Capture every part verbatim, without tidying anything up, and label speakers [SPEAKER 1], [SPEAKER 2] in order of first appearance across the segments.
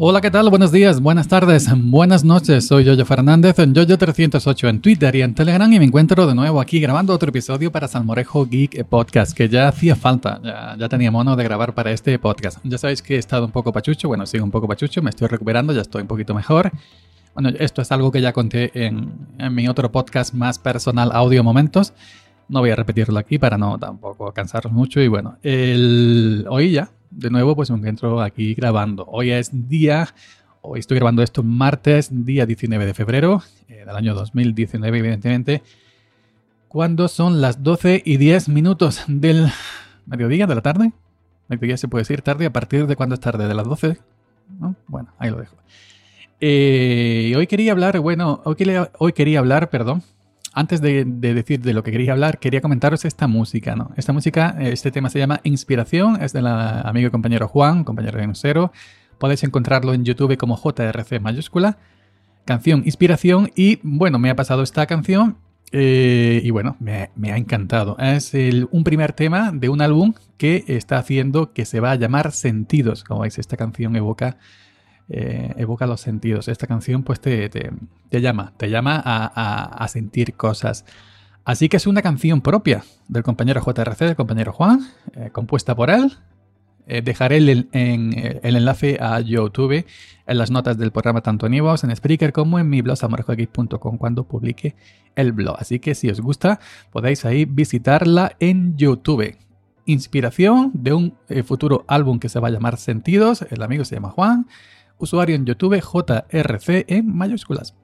[SPEAKER 1] Hola, ¿qué tal? Buenos días, buenas tardes, buenas noches. Soy Yoyo Fernández en Yoyo trescientos ocho en Twitter y en Telegram y me encuentro de nuevo aquí grabando otro episodio para Salmorejo Geek Podcast, que ya hacía falta, ya, ya tenía mono de grabar para este podcast. Ya sabéis que he estado un poco pachucho, bueno, sigo un poco pachucho, me estoy recuperando, ya estoy un poquito mejor. Bueno, esto es algo que ya conté en, en mi otro podcast más personal, Audio Momentos. No voy a repetirlo aquí para no tampoco cansaros mucho. Y bueno, el, hoy ya, de nuevo, pues me encuentro aquí grabando. Hoy es día, hoy estoy grabando esto martes, día diecinueve de febrero eh, del año dos mil diecinueve, evidentemente, cuando son las doce y diez minutos del mediodía, de la tarde. Mediodía se puede decir tarde, ¿a partir de cuándo es tarde? ¿De las doce? ¿No? Bueno, ahí lo dejo. Eh, hoy quería hablar, bueno, hoy quería, hoy quería hablar, perdón, antes de, de decir de lo que quería hablar, quería comentaros esta música, ¿no? Esta música, este tema se llama Inspiración, es del amigo y compañero Juan, compañero de Nusero. Podéis encontrarlo en YouTube como J R C mayúscula, canción Inspiración, y bueno, me ha pasado esta canción eh, y bueno, me, me ha encantado. Es el, un primer tema de un álbum que está haciendo que se va a llamar Sentidos. Como veis, esta canción evoca... Eh, evoca los sentidos. Esta canción pues te, te, te llama, te llama a, a, a sentir cosas. Así que es una canción propia del compañero J R C, del compañero Juan, eh, compuesta por él. Eh, dejaré el, en, el enlace a YouTube en las notas del programa, tanto en iVoox, en Spreaker, como en mi blog salmorejo geek punto com cuando publique el blog. Así que si os gusta, podéis ahí visitarla en YouTube. Inspiración de un eh, futuro álbum que se va a llamar Sentidos. El amigo se llama Juan. Usuario en YouTube J R C en mayúsculas.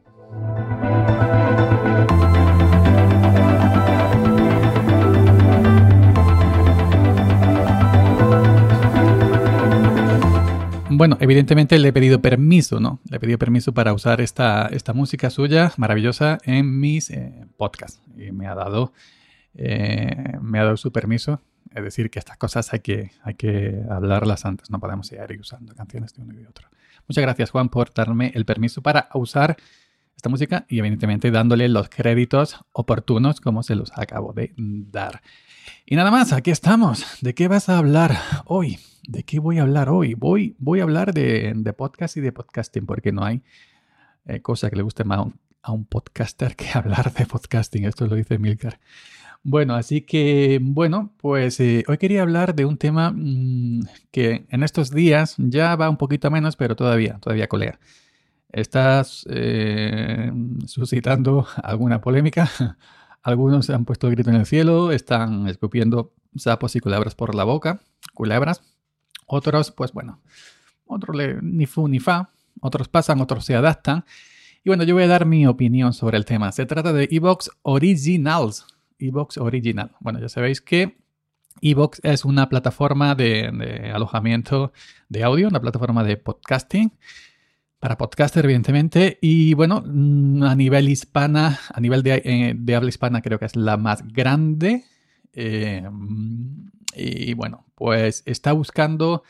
[SPEAKER 1] Bueno, evidentemente le he pedido permiso, ¿no? Le he pedido permiso para usar esta, esta música suya maravillosa en mis eh, podcasts. Y me ha dado, eh, me ha dado su permiso. Es decir, que estas cosas hay que, hay que hablarlas antes. No podemos ir usando canciones de uno y de otro. Muchas gracias, Juan, por darme el permiso para usar esta música y evidentemente dándole los créditos oportunos como se los acabo de dar. Y nada más, aquí estamos. ¿De qué vas a hablar hoy? ¿De qué voy a hablar hoy? Voy, voy a hablar de, de podcast y de podcasting, porque no hay eh, cosa que le guste más a un, a un podcaster que hablar de podcasting. Esto lo dice Milcar. Bueno, así que, bueno, pues eh, hoy quería hablar de un tema mmm, que en estos días ya va un poquito menos, pero todavía, todavía colea. Estás eh, suscitando alguna polémica. Algunos se han puesto el grito en el cielo, están escupiendo sapos y culebras por la boca, culebras. Otros, pues bueno, otros le, ni fu ni fa, otros pasan, otros se adaptan. Y bueno, yo voy a dar mi opinión sobre el tema. Se trata de iVoox Originals. iVoox Original. Bueno, ya sabéis que iVoox es una plataforma de, de alojamiento de audio, una plataforma de podcasting, para podcaster, evidentemente. Y bueno, a nivel hispana, a nivel de, eh, de habla hispana, creo que es la más grande. Eh, y bueno, pues está buscando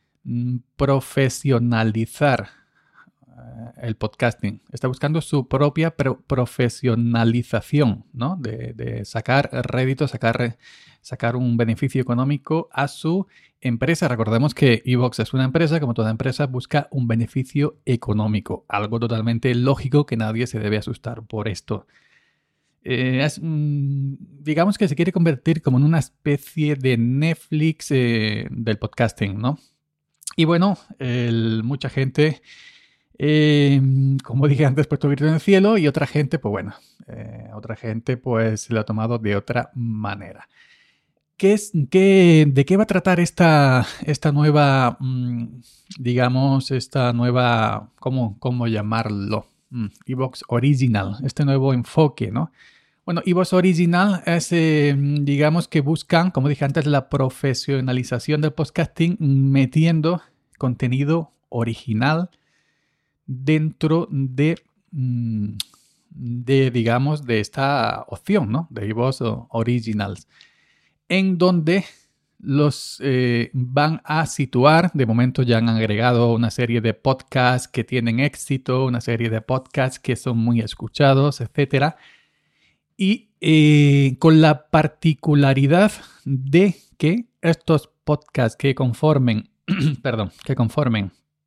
[SPEAKER 1] profesionalizar el podcasting. Está buscando su propia pro- profesionalización, ¿no? De, de sacar rédito, sacar, sacar un beneficio económico a su empresa. Recordemos que iVoox es una empresa, como toda empresa, busca un beneficio económico. Algo totalmente lógico, que nadie se debe asustar por esto. Eh, es, mm, digamos que se quiere convertir como en una especie de Netflix eh, del podcasting, ¿no? Y bueno, el, mucha gente... Eh, como dije antes, puesto el grito en el cielo, y otra gente, pues bueno, eh, otra gente pues lo ha tomado de otra manera. ¿Qué es, qué, ¿De qué va a tratar esta, esta nueva, mmm, digamos, esta nueva, ¿cómo, cómo llamarlo? Mm, iVoox Original, este nuevo enfoque, ¿no? Bueno, iVoox Original es, eh, digamos que buscan, como dije antes, la profesionalización del podcasting metiendo contenido original dentro de, de, digamos, de esta opción, ¿no? De iVoox Originals, en donde los eh, van a situar. De momento ya han agregado una serie de podcasts que tienen éxito, una serie de podcasts que son muy escuchados, etcétera. Y eh, con la particularidad de que estos podcasts que conformen, perdón, que conformen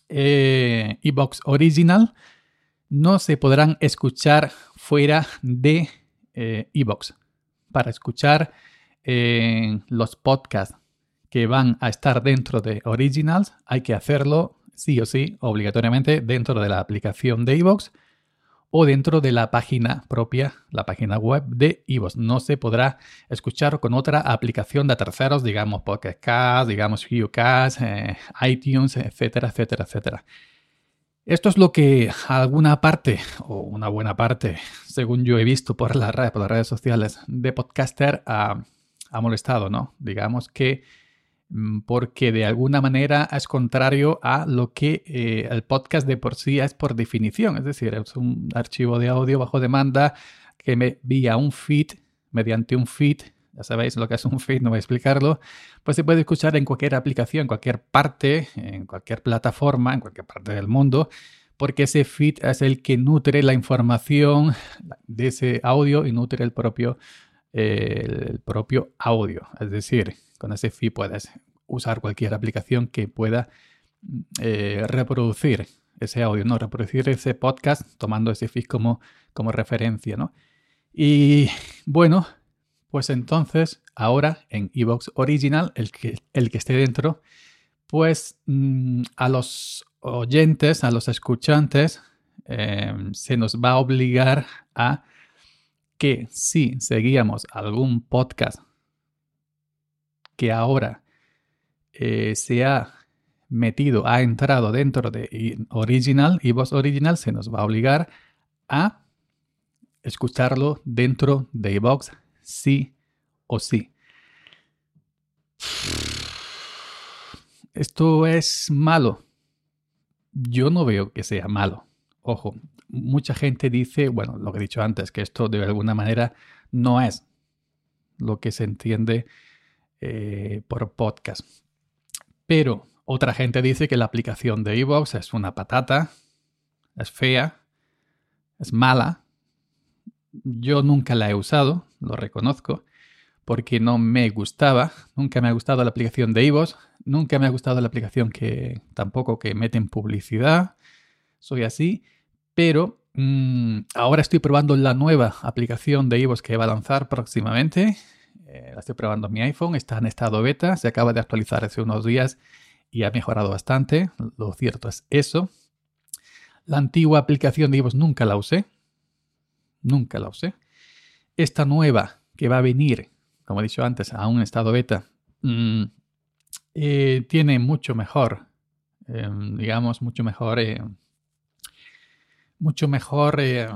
[SPEAKER 1] eh, iVoox Original no se podrán escuchar fuera de eh, iVoox. Para escuchar eh, los podcasts que van a estar dentro de Originals, hay que hacerlo sí o sí, obligatoriamente, dentro de la aplicación de iVoox o dentro de la página propia, la página web de iVoox. No se podrá escuchar con otra aplicación de terceros, digamos Pocket Cast, digamos Ucast, eh, iTunes, etcétera, etcétera, etcétera. Esto es lo que alguna parte, o una buena parte, según yo he visto por, la red, por las redes sociales de podcaster, ha, ha molestado, ¿no? Digamos que porque de alguna manera es contrario a lo que eh, el podcast de por sí es por definición. Es decir, es un archivo de audio bajo demanda que me vía un feed, mediante un feed, ya sabéis lo que es un feed, no voy a explicarlo, pues se puede escuchar en cualquier aplicación, en cualquier parte, en cualquier plataforma, en cualquier parte del mundo, porque ese feed es el que nutre la información de ese audio y nutre el propio, eh, el propio audio. Es decir, con ese feed puedes usar cualquier aplicación que pueda eh, reproducir ese audio, ¿no? Reproducir ese podcast tomando ese feed como, como referencia, ¿no? Y bueno, pues entonces ahora en iVoox Original, el que, el que esté dentro, pues mmm, a los oyentes, a los escuchantes, eh, se nos va a obligar a que si seguíamos algún podcast que ahora eh, se ha metido, ha entrado dentro de Original, iVoox Original, se nos va a obligar a escucharlo dentro de iVoox sí o sí. ¿Esto es malo? Yo no veo que sea malo. Ojo, mucha gente dice, bueno, lo que he dicho antes, que esto de alguna manera no es lo que se entiende eh, por podcast. Pero otra gente dice que la aplicación de iVoox es una patata, es fea, es mala. Yo nunca la he usado, lo reconozco, porque no me gustaba. Nunca me ha gustado la aplicación de iVoox. Nunca me ha gustado la aplicación que tampoco que meten publicidad. Soy así. Pero mmm, ahora estoy probando la nueva aplicación de iVoox que va a lanzar próximamente. Eh, la estoy probando en mi iPhone. Está en estado beta. Se acaba de actualizar hace unos días y ha mejorado bastante. Lo cierto es eso. La antigua aplicación de iVoox nunca la usé. Nunca la usé. Esta nueva que va a venir, como he dicho antes, a un estado beta, mmm, eh, tiene mucho mejor, eh, digamos, mucho mejor, eh, mucho mejor eh,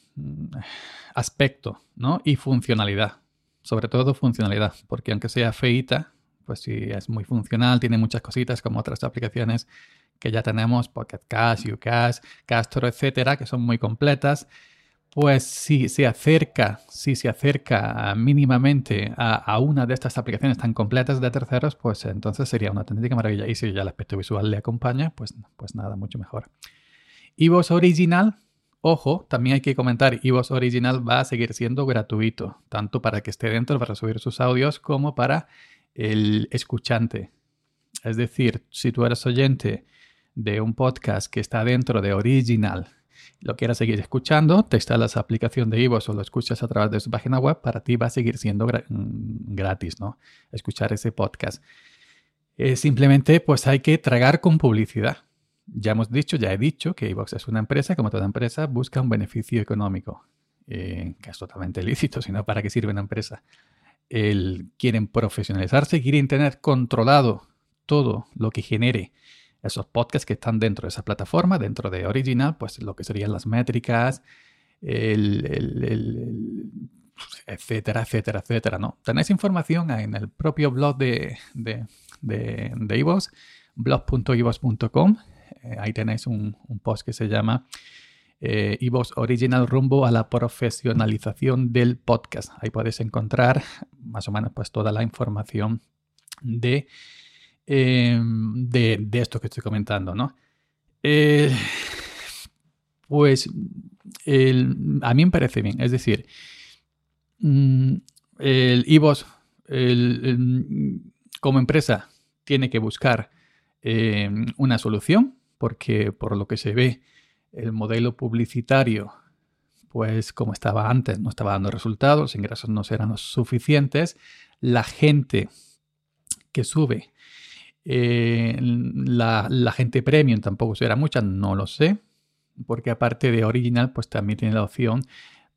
[SPEAKER 1] aspecto, ¿no? Y funcionalidad. Sobre todo funcionalidad, porque aunque sea feíta, pues sí es muy funcional, tiene muchas cositas como otras aplicaciones que ya tenemos, Pocket Cast, Ucast, Castro, etcétera, que son muy completas. Pues si se acerca, si se acerca mínimamente a, a una de estas aplicaciones tan completas de terceros, pues entonces sería una auténtica maravilla. Y si ya el aspecto visual le acompaña, pues, pues nada, mucho mejor. iVoox Original, ojo, también hay que comentar, iVoox Original va a seguir siendo gratuito, tanto para que esté dentro para subir sus audios como para el escuchante. Es decir, si tú eres oyente de un podcast que está dentro de Original, lo quieras seguir escuchando, te instalas la aplicación de iVoox o lo escuchas a través de su página web, para ti va a seguir siendo gra- gratis, ¿no? Escuchar ese podcast. Eh, simplemente pues hay que tragar con publicidad. Ya hemos dicho, ya he dicho que iVoox es una empresa, como toda empresa, busca un beneficio económico, eh, que es totalmente lícito, si no, ¿para qué sirve una empresa? El, quieren profesionalizarse, quieren tener controlado todo lo que genere esos podcasts que están dentro de esa plataforma, dentro de Original, pues lo que serían las métricas, el, el, el, etcétera, etcétera, etcétera, ¿no? Tenéis información en el propio blog de, de, de, de iVoox, blog punto ivox punto com. Eh, ahí tenéis un, un post que se llama eh, iVoox Original rumbo a la profesionalización del podcast. Ahí podéis encontrar más o menos pues toda la información de Eh, de, de esto que estoy comentando, ¿no? Eh, pues el, a mí me parece bien, es decir, el iVoox el, el, como empresa tiene que buscar eh, una solución, porque por lo que se ve, el modelo publicitario, pues como estaba antes, no estaba dando resultados, los ingresos no eran los suficientes. La gente que sube, eh, la, la gente premium tampoco será mucha, no lo sé, porque aparte de Original, pues también tiene la opción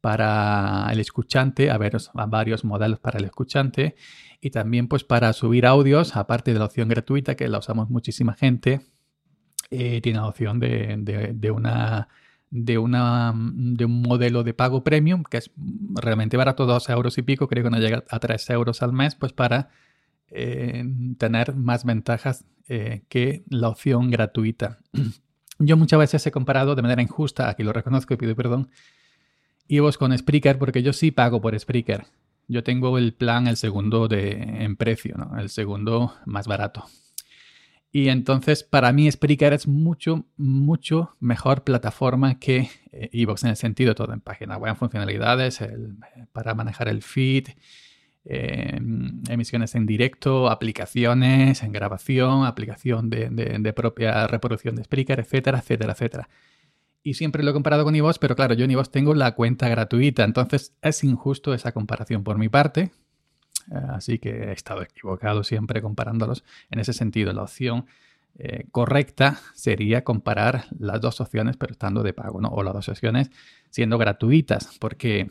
[SPEAKER 1] para el escuchante, a, ver, a varios modelos para el escuchante, y también pues para subir audios, aparte de la opción gratuita que la usamos muchísima gente, eh, tiene la opción de, de, de una... De, una, de un modelo de pago premium que es realmente barato, dos euros y pico, creo que no llega a tres euros al mes, pues para eh, tener más ventajas eh, que la opción gratuita. Yo muchas veces he comparado de manera injusta, aquí lo reconozco y pido perdón, iVoox con Spreaker, porque yo sí pago por Spreaker. Yo tengo el plan, el segundo de, en precio, ¿no? El segundo más barato. Y entonces, para mí, Spreaker es mucho, mucho mejor plataforma que eh, iVoox en el sentido de todo, en página web, funcionalidades, el, para manejar el feed, eh, emisiones en directo, aplicaciones en grabación, aplicación de, de, de propia reproducción de Spreaker, etcétera, etcétera, etcétera. Y siempre lo he comparado con iVoox, pero claro, yo en iVoox tengo la cuenta gratuita, entonces es injusto esa comparación por mi parte. Así que he estado equivocado siempre comparándolos. En ese sentido, la opción eh, correcta sería comparar las dos opciones, pero estando de pago, ¿no? O las dos opciones siendo gratuitas, porque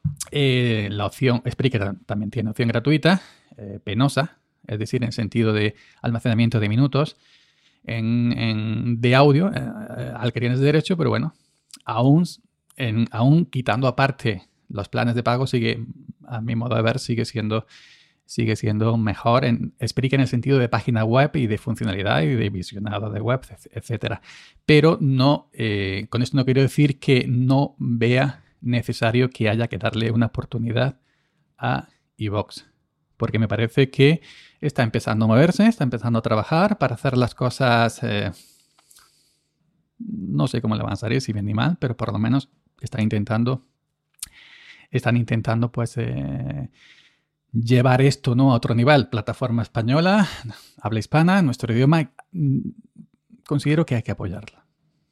[SPEAKER 1] eh, la opción Spreaker también tiene opción gratuita, eh, penosa, es decir, en sentido de almacenamiento de minutos en, en, de audio eh, al que tienes derecho, pero bueno, aún, en, aún quitando aparte los planes de pago, sigue, a mi modo de ver, sigue siendo, sigue siendo mejor en Spreaker en el sentido de página web y de funcionalidad y de visionado de web, etcétera. Pero no, eh, con esto no quiero decir que no vea necesario que haya que darle una oportunidad a iVoox, porque me parece que está empezando a moverse, está empezando a trabajar para hacer las cosas, eh, no sé cómo le van a salir, si bien ni mal, pero por lo menos está intentando Están intentando pues eh, llevar esto, ¿no?, a otro nivel. Plataforma española, habla hispana, nuestro idioma, considero que hay que apoyarla.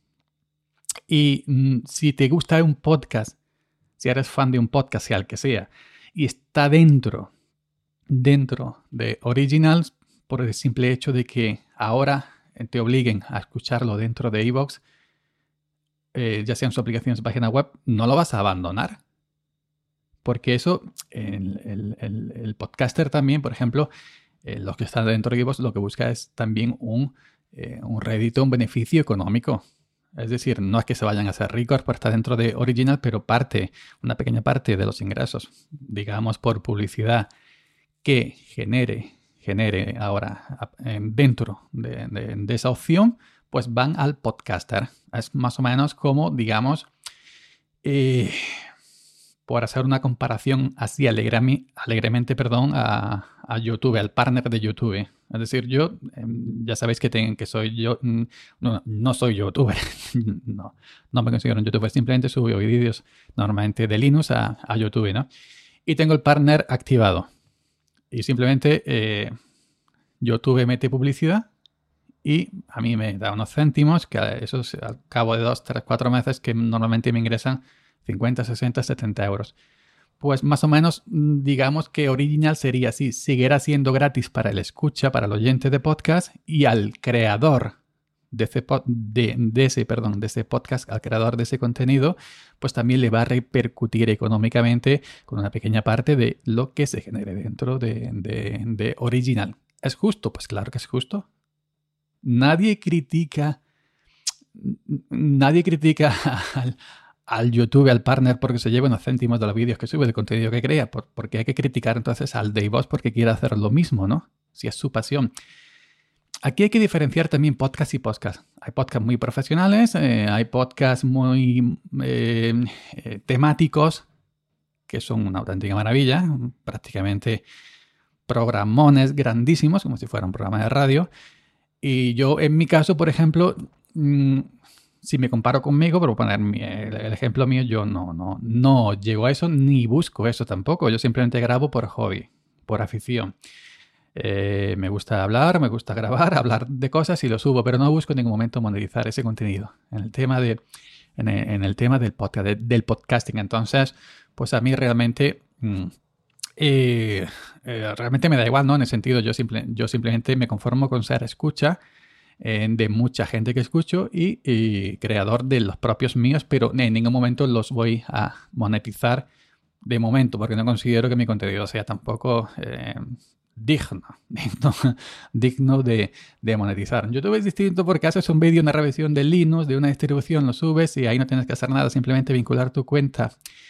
[SPEAKER 1] Y mm, si te gusta un podcast, si eres fan de un podcast, sea el que sea, y está dentro, dentro de Originals, por el simple hecho de que ahora te obliguen a escucharlo dentro de iVoox, eh, ya sea en su aplicación o su página web, no lo vas a abandonar. Porque eso, el, el, el, el podcaster también, por ejemplo, eh, los que están dentro de iVoox, lo que busca es también un, eh, un rédito, un beneficio económico. Es decir, no es que se vayan a hacer ricos por estar dentro de Original, pero parte, una pequeña parte de los ingresos, digamos, por publicidad que genere, genere ahora eh, dentro de, de, de esa opción, pues van al podcaster. Es más o menos como, digamos, eh, por hacer una comparación así alegremente, alegremente perdón, a, a YouTube, al partner de YouTube. Es decir, yo, eh, ya sabéis que, tengo, que soy yo, no, no soy youtuber, no, no me considero un youtuber, simplemente subo vídeos normalmente de Linux a, a YouTube, ¿no? Y tengo el partner activado. Y simplemente eh, YouTube mete publicidad y a mí me da unos céntimos, que eso es al cabo de dos, tres, cuatro meses que normalmente me ingresan cincuenta, sesenta, setenta euros. Pues más o menos, digamos que Original sería así, seguirá siendo gratis para el escucha, para el oyente de podcast, y al creador de ese, de, de ese, perdón, de ese podcast, al creador de ese contenido, pues también le va a repercutir económicamente con una pequeña parte de lo que se genere dentro de, de, de Original. ¿Es justo? Pues claro que es justo. Nadie critica, nadie critica al al YouTube, al partner, porque se lleva unos céntimos de los vídeos que sube, del contenido que crea, por, porque hay que criticar entonces al de iVoox porque quiere hacer lo mismo, ¿no? Si es su pasión. Aquí hay que diferenciar también podcast y podcast. Hay podcasts muy profesionales, eh, hay podcasts muy eh, eh, temáticos, que son una auténtica maravilla, prácticamente programones grandísimos, como si fuera un programa de radio. Y yo, en mi caso, por ejemplo, mmm, si me comparo conmigo, por poner el, el ejemplo mío, yo no, no, no llego a eso ni busco eso tampoco. Yo simplemente grabo por hobby, por afición. Eh, me gusta hablar, me gusta grabar, hablar de cosas y lo subo, pero no busco en ningún momento monetizar ese contenido. En el tema de, en el, en el tema del podcast, de, del podcasting, entonces, pues a mí realmente, mm, eh, eh, realmente me da igual, ¿no? En el sentido, yo, simple, yo simplemente me conformo con ser escucha eh, de mucha gente que escucho y, y creador de los propios míos, pero en ningún momento los voy a monetizar de momento, porque no considero que mi contenido sea tampoco eh, digno, digno, digno de, de monetizar. YouTube es distinto porque haces un vídeo, una revisión de Linux, de una distribución, lo subes y ahí no tienes que hacer nada, simplemente vincular tu cuenta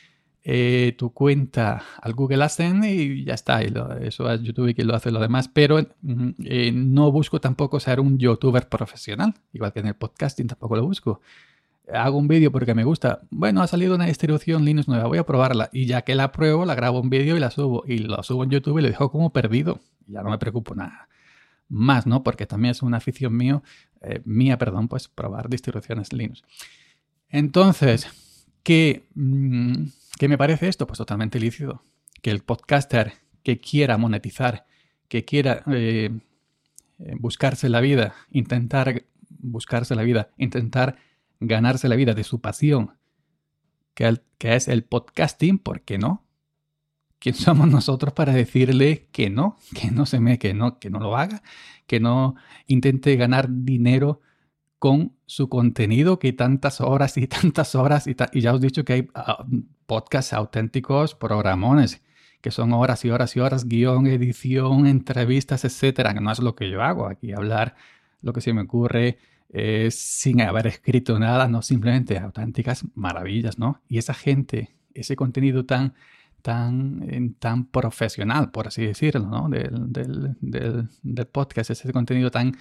[SPEAKER 1] eh, tu cuenta al Google AdSense y ya está. Y lo, eso es YouTube que lo hace lo demás, pero eh, no busco tampoco ser un youtuber profesional, igual que en el podcasting tampoco lo busco. Hago un vídeo porque me gusta. Bueno, ha salido una distribución Linux nueva, voy a probarla. Y ya que la pruebo, la grabo un vídeo y la subo. Y lo subo en YouTube y lo dejo como perdido. Ya no me preocupo nada más, ¿no? Porque también es una afición mío, eh, mía, perdón, pues probar distribuciones Linux. Entonces, ¿qué, mmm, ¿qué me parece esto? Pues totalmente lícito. Que el podcaster que quiera monetizar, que quiera eh, buscarse la vida, intentar buscarse la vida, intentar ganarse la vida de su pasión, que, el, que es el podcasting, ¿por qué no? ¿Quién somos nosotros para decirle que no? Que no se me, que no, que no lo haga, que no intente ganar dinero con su contenido, que tantas horas y tantas horas, y, ta y ya os he dicho que hay uh, podcasts auténticos, programones, que son horas y horas y horas, guión, edición, entrevistas, etcétera, que no es lo que yo hago aquí, hablar lo que se me ocurre, Eh, sin haber escrito nada, no, simplemente auténticas maravillas, ¿no? Y esa gente, ese contenido tan, tan, tan profesional, por así decirlo, ¿no? Del, del, del, del podcast, ese contenido tan,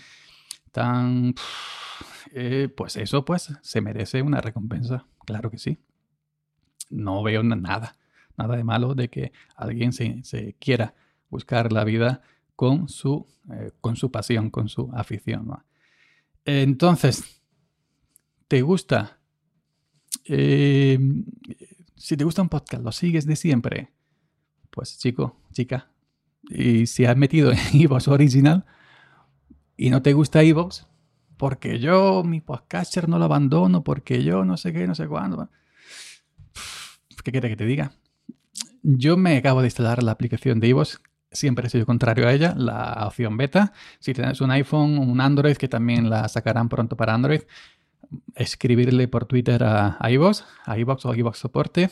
[SPEAKER 1] tan, eh, pues eso, pues, se merece una recompensa, claro que sí. No veo nada, nada de malo de que alguien se, se quiera buscar la vida con su, eh, con su pasión, con su afición, ¿no? Entonces, ¿te gusta? Eh, si te gusta un podcast, lo sigues de siempre, pues chico, chica, y si has metido en iVoox Original y no te gusta iVoox, porque yo, mi podcaster no lo abandono, porque yo no sé qué, no sé cuándo, ¿qué quieres que te diga? Yo me acabo de instalar la aplicación de iVoox. Siempre he sido contrario a ella, la opción beta. Si tienes un iPhone o un Android, que también la sacarán pronto para Android, escribirle por Twitter a, a iVoox, a iVoox o a iVoox Soporte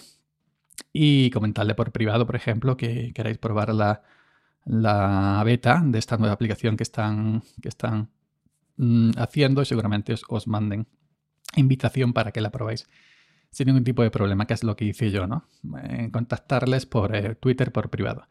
[SPEAKER 1] y comentarle por privado, por ejemplo, que queréis probar la, la beta de esta nueva aplicación que están, que están mm, haciendo y seguramente os, os manden invitación para que la probéis sin ningún tipo de problema, que es lo que hice yo, ¿no? Eh, contactarles por eh, Twitter por privado.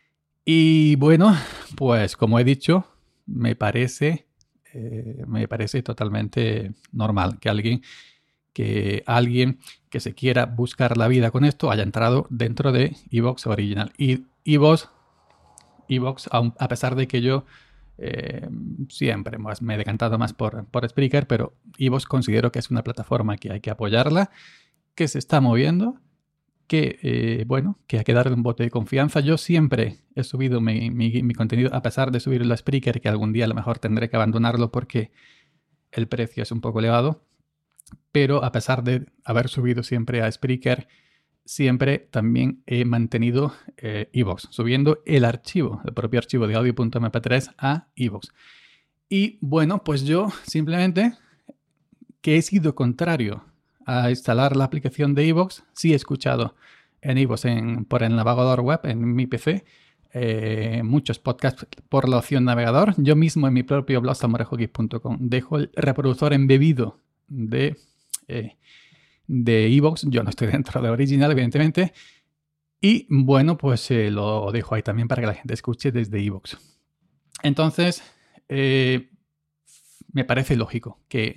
[SPEAKER 1] Y bueno, pues como he dicho, me parece, eh, me parece totalmente normal que alguien, que alguien que se quiera buscar la vida con esto haya entrado dentro de iVoox Original. Y iVoox, iVoox a pesar de que yo eh, siempre pues, me he decantado más por, por Spreaker, pero iVoox considero que es una plataforma que hay que apoyarla, que se está moviendo, que, eh, bueno, que hay que darle un voto de confianza. Yo siempre he subido mi, mi, mi contenido, a pesar de subirlo a Spreaker, que algún día a lo mejor tendré que abandonarlo porque el precio es un poco elevado, pero a pesar de haber subido siempre a Spreaker, siempre también he mantenido eh, iVoox, subiendo el archivo, el propio archivo de audio punto eme pe tres a iVoox. Y bueno, pues yo simplemente, que he sido contrario a instalar la aplicación de iVoox, sí he escuchado en iVoox en, por el navegador web, en mi P C, eh, muchos podcasts por la opción navegador. Yo mismo en mi propio blog salmorejo geek punto com dejo el reproductor embebido de eh, de iVoox. Yo no estoy dentro de Original, evidentemente. Y bueno, pues eh, lo dejo ahí también para que la gente escuche desde iVoox. Entonces, eh, me parece lógico que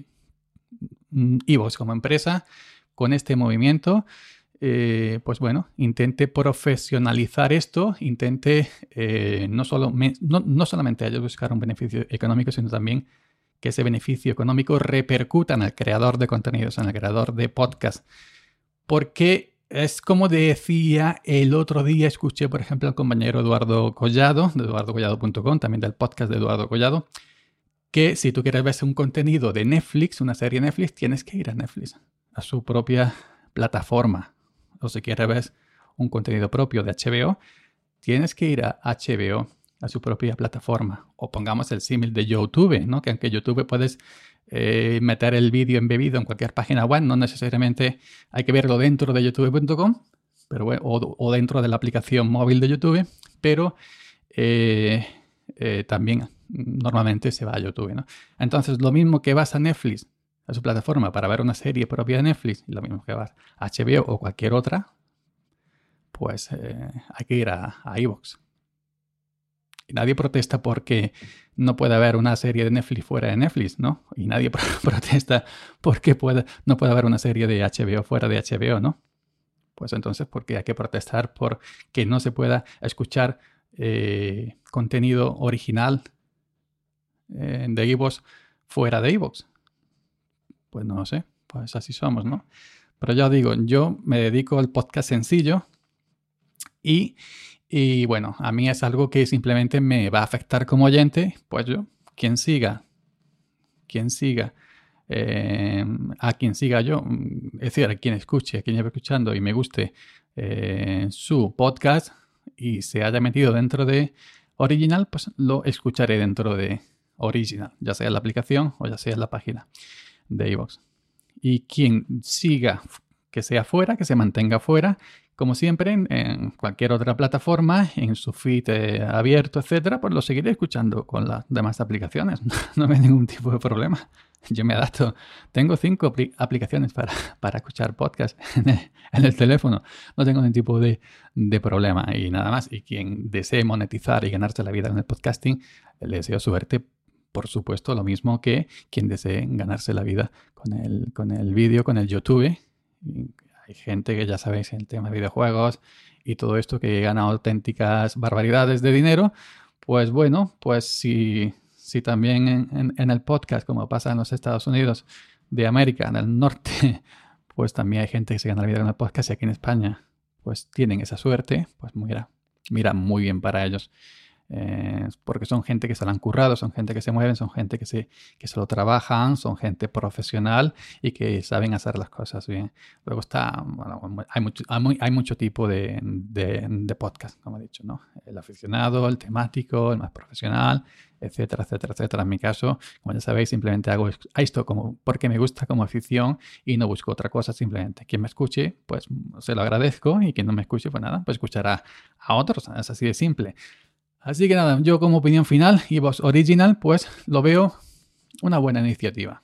[SPEAKER 1] iVoox como empresa, con este movimiento, eh, pues bueno, intente profesionalizar esto, intente eh, no, solo me, no, no solamente ellos buscar un beneficio económico, sino también que ese beneficio económico repercuta en el creador de contenidos, en el creador de podcast. Porque es como decía el otro día, escuché por ejemplo al compañero Eduardo Collado, de eduardo collado punto com, también del podcast de Eduardo Collado, que si tú quieres ver un contenido de Netflix, una serie de Netflix, tienes que ir a Netflix, a su propia plataforma. O si quieres ver un contenido propio de H B O, tienes que ir a H B O, a su propia plataforma. O pongamos el símil de YouTube, ¿no? Que aunque YouTube puedes eh, meter el vídeo embebido en cualquier página web, no necesariamente hay que verlo dentro de youtube punto com, pero bueno, o, o dentro de la aplicación móvil de YouTube, pero eh, eh, también normalmente se va a YouTube, ¿no? Entonces, lo mismo que vas a Netflix, a su plataforma, para ver una serie propia de Netflix, y lo mismo que vas a H B O o cualquier otra, pues eh, hay que ir a, a iVoox. Y nadie protesta porque no puede haber una serie de Netflix fuera de Netflix, ¿no? Y nadie protesta porque puede, no puede haber una serie de H B O fuera de H B O, ¿no? Pues entonces, ¿por qué hay que protestar por que no se pueda escuchar eh, contenido original eh, de iVoox fuera de iVoox? Pues no lo sé, pues así somos, ¿no? Pero ya os digo, yo me dedico al podcast sencillo y, y bueno, a mí es algo que simplemente me va a afectar como oyente, pues yo, quien siga, quien siga, eh, a quien siga yo, es decir, a quien escuche, a quien lleve escuchando y me guste eh, su podcast y se haya metido dentro de Original, pues lo escucharé dentro de Original, ya sea en la aplicación o ya sea en la página de iVoox. Y quien siga, que sea fuera, que se mantenga fuera, como siempre, en, en cualquier otra plataforma, en su feed eh, abierto, etcétera, pues lo seguiré escuchando con las demás aplicaciones. No hay ningún tipo de problema. Yo me adapto. Tengo cinco apl- aplicaciones para, para escuchar podcast en el, en el teléfono. No tengo ningún tipo de, de problema y nada más. Y quien desee monetizar y ganarse la vida en el podcasting, le deseo suerte. Por supuesto, lo mismo que quien desee ganarse la vida con el, con el vídeo, con el YouTube. Y hay gente que ya sabéis en el tema de videojuegos y todo esto que gana auténticas barbaridades de dinero. Pues bueno, pues si, si también en, en, en el podcast, como pasa en los Estados Unidos de América, en el norte, pues también hay gente que se gana la vida con el podcast y aquí en España pues tienen esa suerte, pues mira, mira muy bien para ellos. Eh, porque son gente que se lo han currado, son gente que se mueven, son gente que se, que se lo trabajan, son gente profesional y que saben hacer las cosas bien. Luego está, bueno, hay mucho, hay, hay mucho tipo de, de, de podcast, como he dicho, ¿no? El aficionado, el temático, el más profesional, etcétera, etcétera, etcétera. En mi caso, como ya sabéis, simplemente hago esto como porque me gusta como afición y no busco otra cosa, simplemente. Quien me escuche, pues se lo agradezco y quien no me escuche, pues nada, pues escuchará a otros. Es así de simple. Así que nada, yo como opinión final, iVoox Original, pues lo veo una buena iniciativa.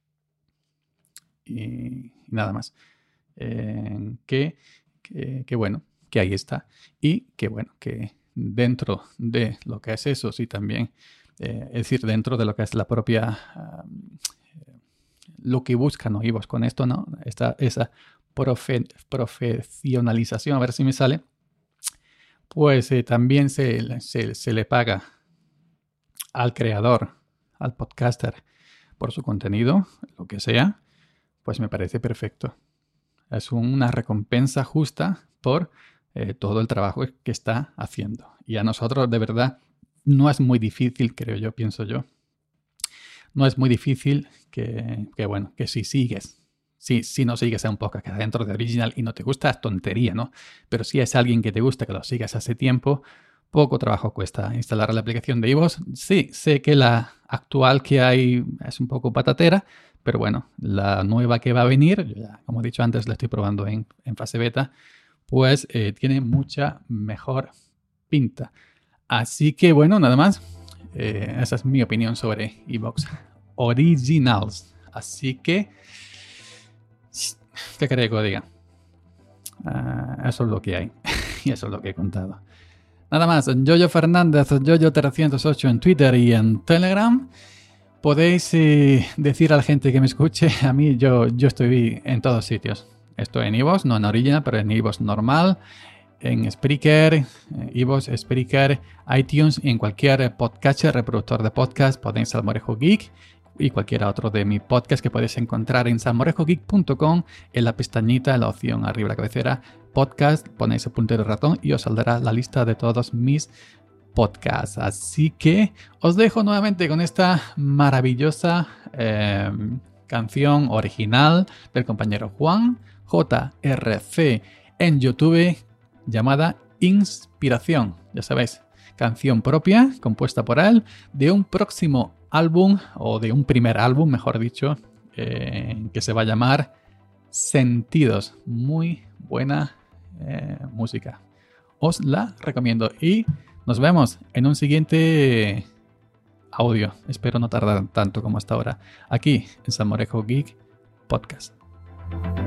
[SPEAKER 1] Y nada más. Eh, que, que, que bueno, que ahí está. Y que bueno, que dentro de lo que es eso, sí también, eh, es decir, dentro de lo que es la propia, um, lo que buscan, ¿no? iVoox con esto, ¿no? Esta, esa profe, profesionalización, a ver si me sale. Pues eh, también se, se, se le paga al creador, al podcaster, por su contenido, lo que sea, pues me parece perfecto. Es una recompensa justa por eh, todo el trabajo que está haciendo. Y a nosotros, de verdad, no es muy difícil, creo yo, pienso yo. No es muy difícil que, que bueno, que si sigues. Si, si no sigues a un podcast que está dentro de Original y no te gusta, es tontería, ¿no? Pero si es alguien que te gusta, que lo sigas hace tiempo, poco trabajo cuesta instalar la aplicación de iVoox. Sí, sé que la actual que hay es un poco patatera, pero bueno, la nueva que va a venir, yo ya, como he dicho antes, la estoy probando en, en fase beta, pues eh, tiene mucha mejor pinta. Así que bueno, nada más. Eh, esa es mi opinión sobre iVoox Originals. Así que ¿qué queréis que os diga? Uh, eso es lo que hay. Y eso es lo que he contado. Nada más. Yoyo Fernández, Yoyo trescientos ocho en Twitter y en Telegram. Podéis eh, decir a la gente que me escuche. A mí yo, yo estoy en todos sitios. Estoy en iVoox, no en Original, pero en iVoox normal. En Spreaker, iVoox, Spreaker, iTunes y en cualquier podcatcher, reproductor de podcast. Podéis Salmorejo Geek. y cualquiera otro de mis podcasts que podéis encontrar en salmorejo geek punto com, en la pestañita, en la opción arriba de la cabecera, podcast, ponéis el puntero de ratón y os saldrá la lista de todos mis podcasts. Así que os dejo nuevamente con esta maravillosa eh, canción original del compañero Juan J R C en YouTube llamada Inspiración. Ya sabéis, canción propia compuesta por él de un próximo álbum, o de un primer álbum, mejor dicho, eh, que se va a llamar Sentidos. Muy buena eh, música. Os la recomiendo y nos vemos en un siguiente audio. Espero no tardar tanto como hasta ahora aquí en Salmorejo Geek Podcast.